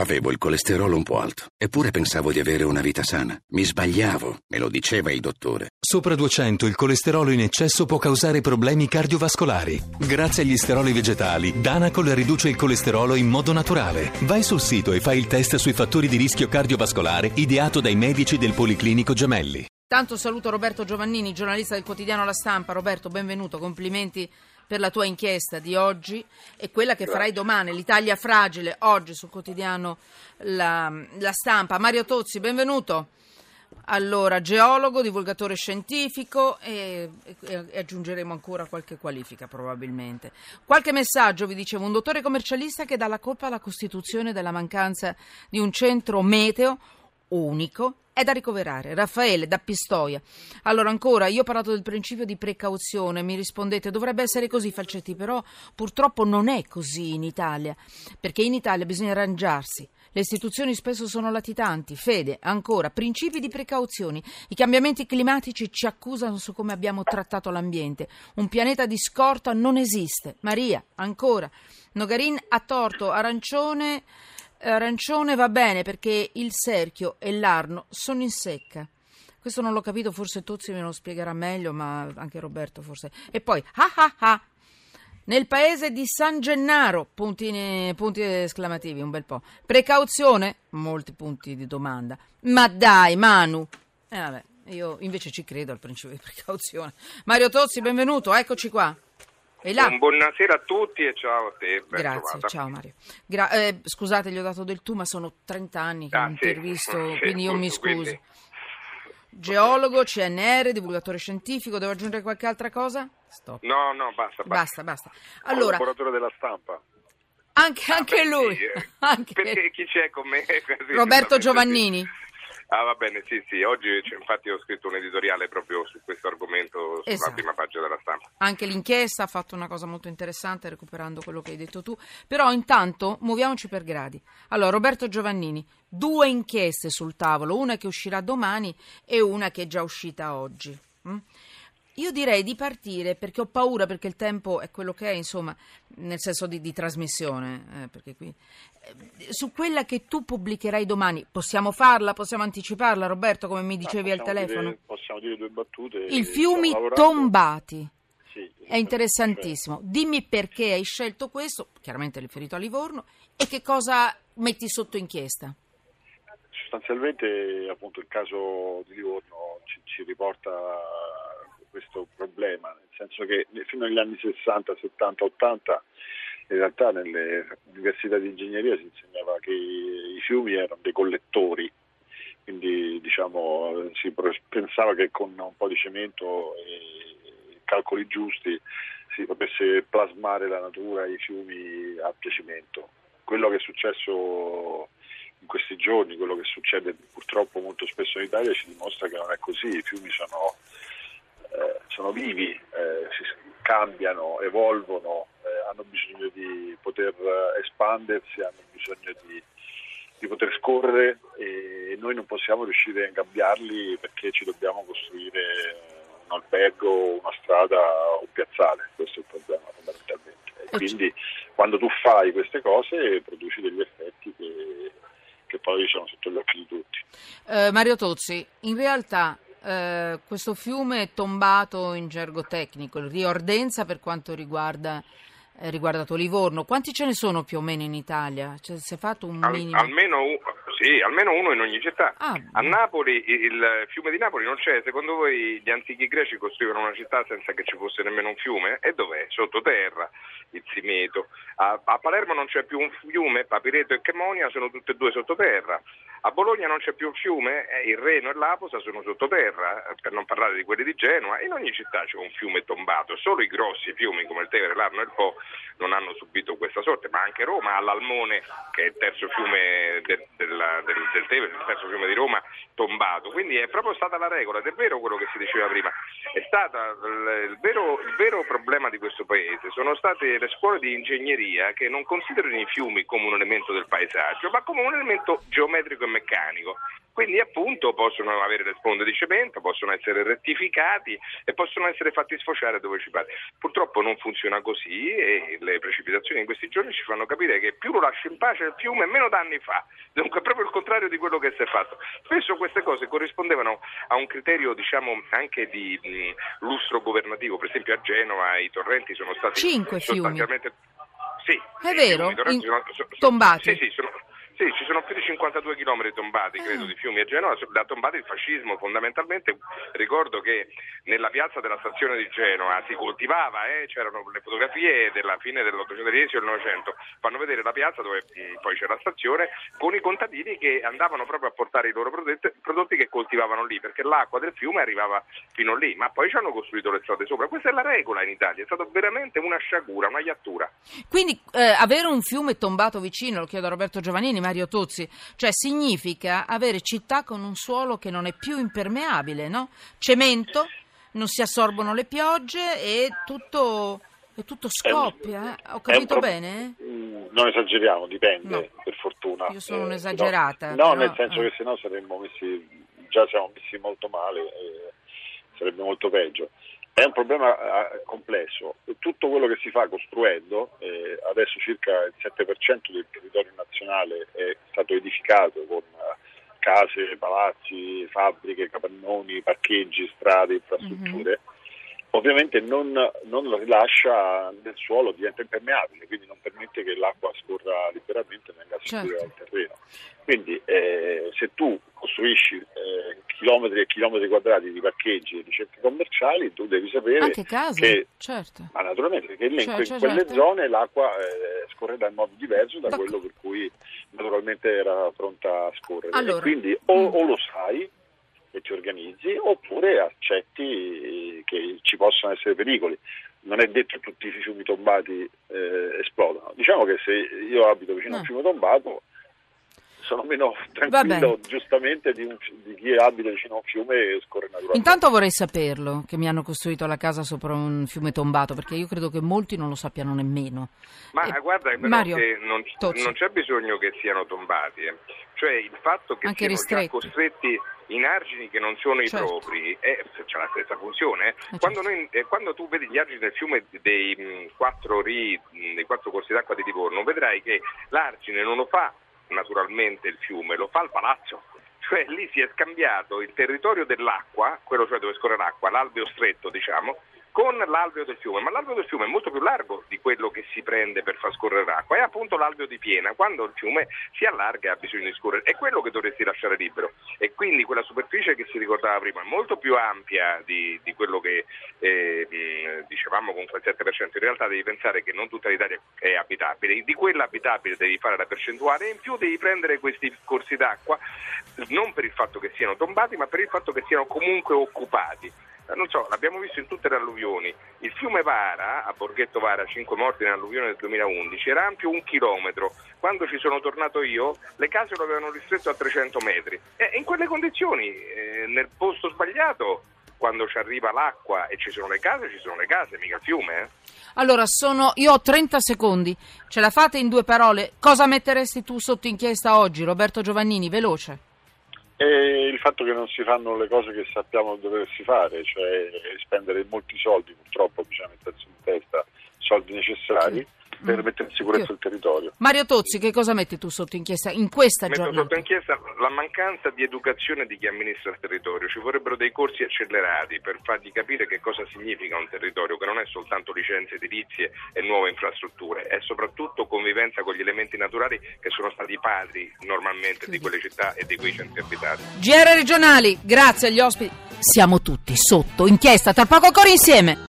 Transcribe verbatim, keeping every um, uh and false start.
Avevo il colesterolo un po' alto, eppure pensavo di avere una vita sana. Mi sbagliavo, me lo diceva il dottore. Sopra duecento il colesterolo in eccesso può causare problemi cardiovascolari. Grazie agli steroli vegetali, Danacol riduce il colesterolo in modo naturale. Vai sul sito e fai il test sui fattori di rischio cardiovascolare ideato dai medici del Policlinico Gemelli. Tanto saluto Roberto Giovannini, giornalista del quotidiano La Stampa. Roberto, benvenuto, complimenti per la tua inchiesta di oggi e quella che farai domani, l'Italia fragile, oggi sul quotidiano La, La Stampa. Mario Tozzi, benvenuto. Allora, geologo, divulgatore scientifico e, e, e aggiungeremo ancora qualche qualifica probabilmente. Qualche messaggio, vi dicevo, un dottore commercialista che dà la colpa alla Costituzione della mancanza di un centro meteo unico. È da ricoverare. Raffaele da Pistoia. Allora ancora, io ho parlato del principio di precauzione, mi rispondete dovrebbe essere così, Falcetti, però purtroppo non è così in Italia, perché in Italia bisogna arrangiarsi. Le istituzioni spesso sono latitanti. Fede, ancora, principi di precauzione. I cambiamenti climatici ci accusano su come abbiamo trattato l'ambiente. Un pianeta di scorta non esiste. Maria, ancora. Nogarin ha torto, arancione... Arancione va bene perché il Serchio e l'Arno sono in secca. Questo non l'ho capito, forse Tozzi me lo spiegherà meglio, ma anche Roberto forse. E poi, ah ah ah, nel paese di San Gennaro, puntini, punti esclamativi, un bel po'. Precauzione, molti punti di domanda. Ma dai, Manu. E eh, vabbè, io invece ci credo al principio di precauzione. Mario Tozzi, benvenuto, eccoci qua. E là. Buonasera a tutti e ciao a te. Ben Grazie, trovata. Ciao Mario. Gra- eh, scusate, gli ho dato del tu, ma sono trenta anni che ah, ho sì. intervisto, sì, quindi io appunto, mi scuso. Quindi... Geologo, C N R, divulgatore scientifico, devo aggiungere qualche altra cosa? Stop. No, no, basta, basta. Basta, basta. Allora, collaboratore della Stampa. Anche, anche ah, beh, lui. Sì, eh. anche... Perché chi c'è con me? Così, Roberto Giovannini. Sì. Ah, va bene, sì, sì. Oggi infatti ho scritto un editoriale proprio su questo argomento sulla esatto. prima pagina della Stampa. Anche l'inchiesta ha fatto una cosa molto interessante recuperando quello che hai detto tu. Però intanto muoviamoci per gradi. Allora, Roberto Giovannini, due inchieste sul tavolo, una che uscirà domani e una che è già uscita oggi. Mm? Io direi di partire perché ho paura, perché il tempo è quello che è, insomma, nel senso di, di trasmissione, eh, perché qui eh, su quella che tu pubblicherai domani. Possiamo farla? Possiamo anticiparla, Roberto, come mi dicevi no, al telefono? Dire, possiamo dire due battute. Il fiumi tombati. Sì, è interessantissimo. Dimmi perché hai scelto questo, chiaramente riferito a Livorno, e che cosa metti sotto inchiesta. Sostanzialmente, appunto, il caso di Livorno ci, ci riporta questo problema, nel senso che fino agli anni sessanta, settanta, ottanta in realtà nelle università di ingegneria si insegnava che i fiumi erano dei collettori, quindi diciamo si pensava che con un po' di cemento e calcoli giusti si potesse plasmare la natura e i fiumi a piacimento. Quello che è successo in questi giorni, quello che succede purtroppo molto spesso in Italia ci dimostra che non è così. I fiumi sono Eh, sono vivi, eh, si cambiano, evolvono, eh, hanno bisogno di poter espandersi, hanno bisogno di, di poter scorrere e noi non possiamo riuscire a ingabbiarli perché ci dobbiamo costruire un albergo, una strada o un piazzale. Questo è il problema fondamentalmente. E quindi quando tu fai queste cose produci degli effetti che, che poi sono sotto gli occhi di tutti. Eh, Mario Tozzi, in realtà Uh, questo fiume è tombato in gergo tecnico, il Rio Ardenza per quanto riguarda eh, riguardato Livorno. Quanti ce ne sono più o meno in Italia? Cioè, si è fatto un Al, minimo? Almeno, sì, almeno uno in ogni città. Ah, a Napoli, il fiume di Napoli non c'è. Secondo voi gli antichi greci costruivano una città senza che ci fosse nemmeno un fiume? E dov'è? Sottoterra, il Simeto. A, a Palermo non c'è più un fiume, Papireto e Chemonia sono tutte e due sottoterra. A Bologna non c'è più un fiume, eh, il Reno e l'Aposa sono sottoterra, eh, per non parlare di quelli di Genova. In ogni città c'è un fiume tombato, solo i grossi fiumi come il Tevere, l'Arno e il Po non hanno subito questa sorte, ma anche Roma ha l'Almone, che è il terzo fiume del, del, del, del Tevere, il terzo fiume di Roma, tombato. Quindi è proprio stata la regola, ed è vero quello che si diceva prima, è stata il, il, vero, il vero problema di questo paese, sono state le scuole di ingegneria che non considerano i fiumi come un elemento del paesaggio, ma come un elemento geometrico e meccanico. Quindi appunto possono avere le sponde di cemento, possono essere rettificati e possono essere fatti sfociare dove ci pare. Purtroppo non funziona così e le precipitazioni in questi giorni ci fanno capire che più lo lasci in pace il fiume meno danni fa, dunque è proprio il contrario di quello che si è fatto. Spesso queste cose corrispondevano a un criterio, diciamo, anche di mh, lustro governativo. Per esempio a Genova i torrenti sono stati cinque sostanzialmente... Sì, è sì, vero? I torrenti In... sono, sono, tombati? Sì, sì, sono... Sì, ci sono più di cinquantadue chilometri tombati, credo, di fiumi a Genova, da tombati il fascismo fondamentalmente. Ricordo che nella piazza della stazione di Genova si coltivava, eh, c'erano le fotografie della fine dell'Ottocento e del Novecento, fanno vedere la piazza dove mh, poi c'è la stazione, con i contadini che andavano proprio a portare i loro prodotti, prodotti che coltivavano lì, perché l'acqua del fiume arrivava fino lì, ma poi ci hanno costruito le strade sopra. Questa è la regola in Italia, è stata veramente una sciagura, una iattura. Quindi eh, avere un fiume tombato vicino, lo chiedo a Roberto Giovannini, Mario Tozzi, cioè significa avere città con un suolo che non è più impermeabile, no? Cemento, non si assorbono le piogge e tutto, e tutto scoppia. Eh? Ho capito pro- bene? Non esageriamo, dipende, No. per fortuna. Io sono Eh, un'esagerata. No, no però, nel senso eh. che sennò saremmo messi, già siamo messi molto male, eh, sarebbe molto peggio. È un problema eh, complesso. Tutto quello che si fa costruendo, eh, adesso circa il sette per cento del territorio nazionale è stato edificato con eh, case, palazzi, fabbriche, capannoni, parcheggi, strade, infrastrutture. Mm-hmm. Ovviamente non, non lo rilascia nel suolo, diventa impermeabile, quindi non permette che l'acqua scorra liberamente e venga a seguire certo. dal terreno. Quindi eh, se tu costruisci eh, chilometri e chilometri quadrati di parcheggi e di centri commerciali, tu devi sapere anche case, che, certo. ma naturalmente, che Cioè, in, cioè, in quelle certo. zone l'acqua eh, scorrerà in modo diverso da D'accordo. quello per cui naturalmente era pronta a scorrere. Allora, e quindi o, mm. o lo sai e ti organizzi, oppure accetti che ci possano essere pericoli. Non è detto che tutti i fiumi tombati eh, esplodano. Diciamo che se io abito vicino no. a un fiume tombato sono meno tranquillo, giustamente, di, un, di chi abita vicino a un fiume e scorre naturalmente. Intanto vorrei saperlo, che mi hanno costruito la casa sopra un fiume tombato, perché io credo che molti non lo sappiano nemmeno. Ma e... guarda, però Mario, che non, non c'è bisogno che siano tombati, eh. Cioè il fatto che anche siano ristretti. già costretti in argini che non sono certo. i propri, eh, c'è la stessa funzione. Eh. Eh, quando, certo. noi, eh, quando tu vedi gli argini del fiume dei mh, quattro ri, mh, dei quattro corsi d'acqua di Livorno, vedrai che l'argine non lo fa naturalmente il fiume, lo fa il palazzo. Cioè lì si è scambiato il territorio dell'acqua, quello cioè dove scorre l'acqua, l'alveo stretto diciamo, con l'alveo del fiume, ma l'alveo del fiume è molto più largo di quello che si prende per far scorrere l'acqua, è appunto l'alveo di piena, quando il fiume si allarga e ha bisogno di scorrere, è quello che dovresti lasciare libero, e quindi quella superficie che si ricordava prima è molto più ampia di, di quello che eh, dicevamo con quel sette per cento, in realtà devi pensare che non tutta l'Italia è abitabile, di quella abitabile devi fare la percentuale e in più devi prendere questi corsi d'acqua non per il fatto che siano tombati, ma per il fatto che siano comunque occupati. Non so, l'abbiamo visto in tutte le alluvioni. Il fiume Vara, a Borghetto Vara, cinque morti nell'alluvione del duemilaundici, era ampio un chilometro. Quando ci sono tornato io, le case lo avevano ristretto a trecento metri. E in quelle condizioni, eh, nel posto sbagliato, quando ci arriva l'acqua e ci sono le case, ci sono le case, mica il fiume, eh? Allora, sono io ho trenta secondi. Ce la fate in due parole? Cosa metteresti tu sotto inchiesta oggi, Roberto Giovannini? Veloce. E il fatto che non si fanno le cose che sappiamo doversi fare, cioè spendere molti soldi, purtroppo bisogna mettersi in testa soldi necessari sì. per mm. mettere in sicurezza sì. il territorio. Mario Tozzi, che cosa metti tu sotto inchiesta in questa Metto giornata? Metto sotto inchiesta la mancanza di educazione di chi amministra il territorio. Ci vorrebbero dei corsi accelerati per fargli capire che cosa significa un territorio, che non è soltanto licenze edilizie e nuove infrastrutture, è soprattutto convivenza con gli elementi naturali che sono stati padri normalmente sì. di quelle città e di quei centri abitati. G R regionali, grazie agli ospiti. Siamo tutti sotto inchiesta, tra poco ancora insieme.